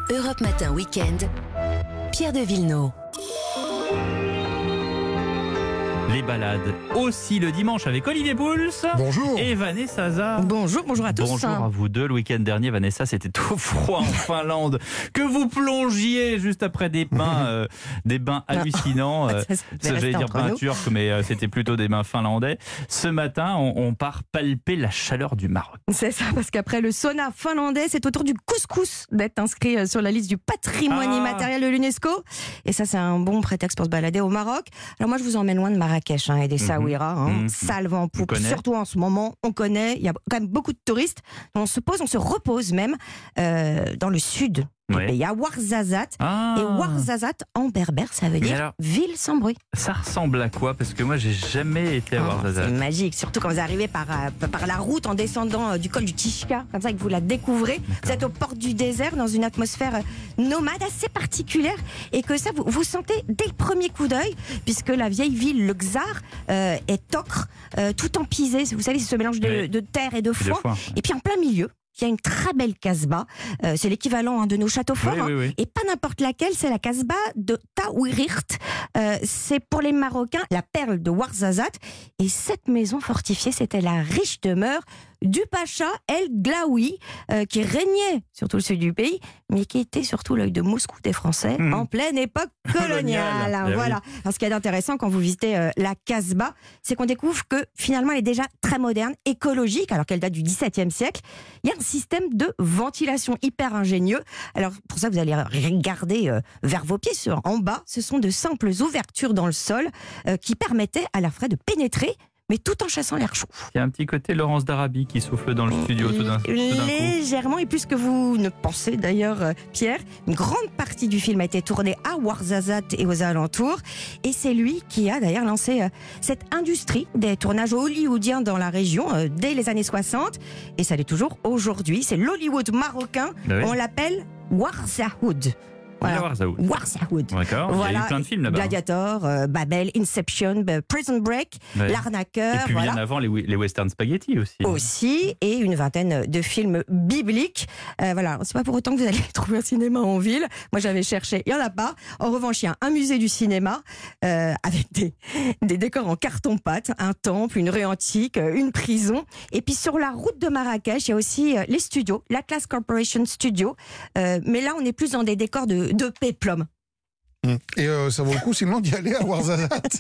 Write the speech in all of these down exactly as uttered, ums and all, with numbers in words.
Europe Matin Week-end, Pierre de Villeneuve. Les balades aussi le dimanche avec Olivier Pouls. Bonjour. Et Vanessa Zaza. Bonjour, bonjour à tous. Bonjour à vous deux. Le week-end dernier, Vanessa, c'était tout froid en Finlande. Que vous plongiez juste après des bains, euh, des bains hallucinants. Euh, J'allais dire bains turcs, mais euh, c'était plutôt des bains finlandais. Ce matin, on, on part palper la chaleur du Maroc. C'est ça, parce qu'après le sauna finlandais, c'est au tour du couscous d'être inscrit sur la liste du patrimoine Ah. immatériel de l'UNESCO. Et ça, c'est un bon prétexte pour se balader au Maroc. Alors moi, je vous emmène loin de Marrakech hein, et des Saouira. Hein. Mmh. Salve en poupe, surtout en ce moment, on connaît. Il y a quand même beaucoup de touristes. On se pose, on se repose même euh, dans le sud. Ouais. Il y a Ouarzazate. Ah. Et Ouarzazate, en berbère, ça veut Mais dire alors, ville sans bruit. ça ressemble à quoi? Parce que moi, j'ai jamais été à Oh, Ouarzazate. c'est magique, surtout quand vous arrivez par, euh, par la route en descendant euh, du col du Tishka, comme ça que vous la découvrez. Vous êtes aux portes du désert dans une atmosphère euh, nomade assez particulière et que ça, vous, vous sentez dès le premier coup d'œil, puisque la vieille ville, le Xar, euh, est ocre, euh, tout empisé. Vous savez, c'est ce mélange de, Oui. de terre et de De foin. foin, ouais. Et puis en plein milieu, il y a une très belle casbah. Euh, c'est l'équivalent hein, de nos châteaux forts. Oui, oui, oui. Et pas n'importe laquelle, c'est la casbah de Taouirirt. Euh, c'est pour les Marocains la perle de Ouarzazate. Et cette maison fortifiée, c'était la riche demeure du Pacha El Glaoui, euh, qui régnait sur tout le sud du pays, mais qui était surtout l'œil de Moscou des Français Mmh. en pleine époque coloniale. Coloniale, Voilà. Alors, ce qui est intéressant quand vous visitez euh, la Casbah, c'est qu'on découvre que finalement elle est déjà très moderne, écologique, alors qu'elle date du dix-septième siècle. Il y a un système de ventilation hyper ingénieux. Alors pour ça, vous allez regarder euh, vers vos pieds. Sur, en bas, ce sont de simples ouvertures dans le sol euh, qui permettaient à l'air frais de pénétrer, mais tout en chassant l'air chaud. Il y a un petit côté Laurence d'Arabie qui souffle dans le studio tout d'un tout d'un coup. Légèrement, et plus que vous ne pensez d'ailleurs, euh, Pierre, une grande partie du film a été tournée à Ouarzazate et aux alentours. Et c'est lui qui a d'ailleurs lancé euh, cette industrie des tournages hollywoodiens dans la région euh, dès les années soixante. Et ça l'est toujours aujourd'hui. C'est l'Hollywood marocain. Ah oui. On l'appelle Warzahoud. Voilà. Warzahoud. Warzahoud. D'accord, il y a eu plein de films là-bas. Gladiator, euh, Babel, Inception, euh, Prison Break, Ouais. L'Arnaqueur. Et puis voilà. bien avant les, les western spaghetti aussi. Aussi, et une vingtaine de films bibliques. Euh, voilà, c'est pas pour autant que vous allez trouver un cinéma en ville. Moi, j'avais cherché, il y en a pas. En revanche, il y a un musée du cinéma euh, avec des, des décors en carton-pâte, un temple, une rue antique, une prison. Et puis sur la route de Marrakech, il y a aussi euh, les studios, l'Atlas Corporation Studio. Euh, mais là, on est plus dans des décors de, de péplum. Et euh, ça vaut le coup sinon d'y aller à Ouarzazate.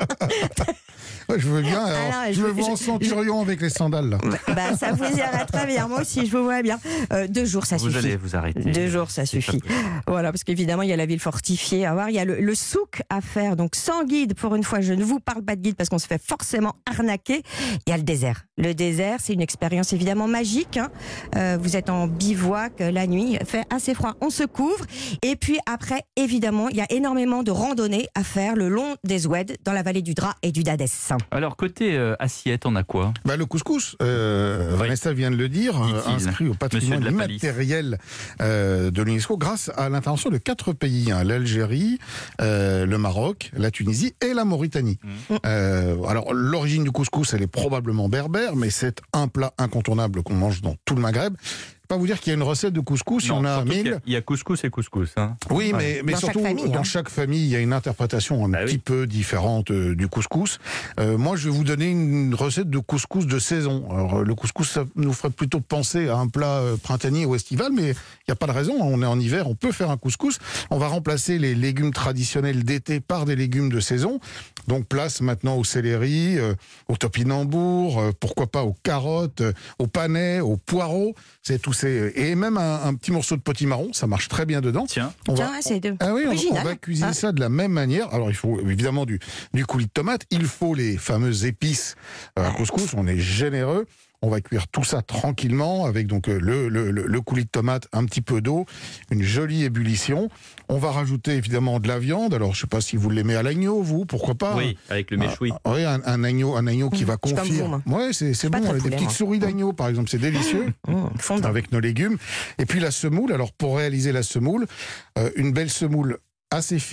Ouais, je veux bien. Alors, Alors, je je- veux voir en je- centurion avec les sandales là. Bah, ça vous ira très bien. Moi aussi, je vous vois bien. Euh, deux jours, ça Vous suffit. allez vous arrêter. Deux jours, ça C'est suffit. pas possible. Voilà, parce qu'évidemment, il y a la ville fortifiée à voir, il y a le, le souk à faire, donc sans guide. Pour une fois, je ne vous parle pas de guide parce qu'on se fait forcément arnaquer. Il y a le désert. Le désert, c'est une expérience évidemment magique. Hein. Euh, vous êtes en bivouac la nuit, il fait assez froid, on se couvre. Et puis après, évidemment, il y a énormément de randonnées à faire le long des Oued, dans la vallée du Dra et du Dadès. Alors côté euh, assiette, on a quoi? Bah, le couscous, euh, Oui. Vanessa vient de le dire, euh, Dit-il. inscrit au Monsieur patrimoine de la Palisse. immatériel euh, de l'UNESCO grâce à l'intervention de quatre pays, hein, l'Algérie, euh, le Maroc, la Tunisie et la Mauritanie. Mmh. Euh, alors l'origine du couscous, elle est probablement berbère, mais c'est un plat incontournable qu'on mange dans tout le Maghreb. Je peux pas vous dire qu'il y a une recette de couscous, il y en a surtout qu'il y mille. a- Il y a couscous et couscous. Hein. Oui, Ouais. mais, mais Dans chaque surtout, famille, dans hein. chaque famille, il y a une interprétation un Bah petit oui. peu différente euh, du couscous. Euh, moi, je vais vous donner une recette de couscous de saison. Alors, euh, le couscous, ça nous ferait plutôt penser à un plat euh, printanier ou estival, mais il n'y a pas de raison. On est en hiver, on peut faire un couscous. On va remplacer les légumes traditionnels d'été par des légumes de saison. Donc, place maintenant au céleri, euh, au topinambour, euh, pourquoi pas aux carottes, euh, aux panais, aux poireaux. C'est tous ces... Et même un, un petit morceau de potimarron, ça marche très bien dedans. Tiens, On va- Tiens, c'est de... ah oui, on, original. on va cuisiner Ah. ça de la même manière. Alors, il faut évidemment du, du coulis de tomate. Il faut les fameuses épices euh, à couscous. On est généreux. On va cuire tout ça tranquillement avec donc euh, le, le, le, le coulis de tomate, un petit peu d'eau, une jolie ébullition. On va rajouter évidemment de la viande. Alors, je sais pas si vous l'aimez à l'agneau, vous, pourquoi pas. oui, avec le méchoui. Ah, oui, un, un agneau, un agneau qui va je suis comme confire. vous, moi. Ouais, c'est c'est pas bon. très Des poulet, petites moi. souris d'agneau, par exemple, c'est délicieux. Mmh, fondant. Avec nos légumes. Et puis la semoule. Alors, pour réaliser la semoule, euh, une belle semoule assez fine,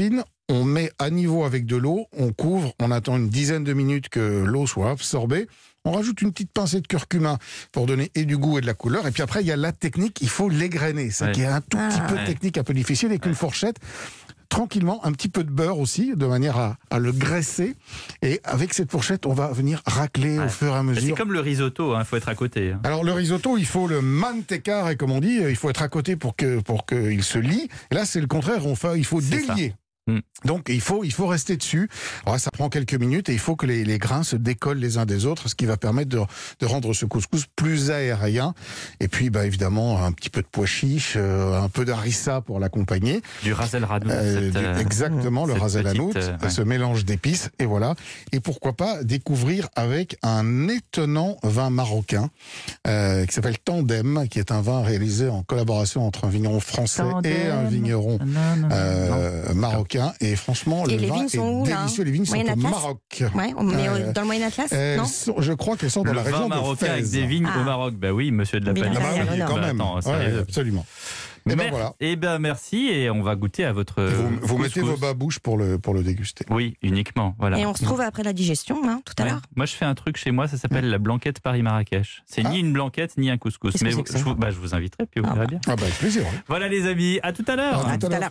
on met à niveau avec de l'eau, on couvre, on attend une dizaine de minutes que l'eau soit absorbée. On rajoute une petite pincée de curcuma pour donner et du goût et de la couleur. Et puis après, il y a la technique, il faut l'égrener. Ça ouais. qui est un tout petit ah, peu ouais. technique, un peu difficile, avec ouais. une fourchette. Tranquillement, un petit peu de beurre aussi, de manière à, à le graisser. Et avec cette fourchette, on va venir racler ouais. au fur et à mesure. C'est comme le risotto, il hein, faut être à côté. Hein. Alors le risotto, il faut le mantecare, comme on dit, il faut être à côté pour que pour qu'il se lie. Et là, c'est le contraire, on fait, il faut c'est délier. Ça. Donc il faut, il faut rester dessus. Alors, ça prend quelques minutes et il faut que les, les grains se décollent les uns des autres, ce qui va permettre de, de rendre ce couscous plus aérien. Et puis bah, évidemment un petit peu de pois chiche, euh, un peu d'harissa pour l'accompagner. Du ras el hanout. Euh, du, exactement, euh, le ras el hanout, euh, ouais. ce mélange d'épices, et voilà. Et pourquoi pas découvrir avec un étonnant vin marocain euh, qui s'appelle Tandem, qui est un vin réalisé en collaboration entre un vigneron français Tandem. et un vigneron non, non, non, euh, marocain. Et franchement, et le les vin est sont délicieux. Les vignes sont au Maroc. Ouais, mais euh, dans le Moyen Atlas, euh, non Je crois qu'elles sont dans le la région de Fès. Le vin marocain avec des vignes ah. au Maroc. Bah oui, monsieur de la Palice. Ah bah oui, quand même. Attends, ouais, absolument. Et ben voilà. Eh ben merci et on va goûter à votre. Vous, vous mettez vos bas à bouche pour le pour le déguster. Oui, uniquement. Voilà. Et on se trouve après la digestion, hein, tout à ouais. l'heure. Moi, je fais un truc chez moi, ça s'appelle la blanquette Paris-Marrakech. C'est ah. ni une blanquette ni un couscous, mais vous, je, vous, bah, je vous inviterai puis vous ah. verrez bien. Ah bah avec plaisir. Ouais. Voilà les amis, à tout à l'heure. À tout à l'heure.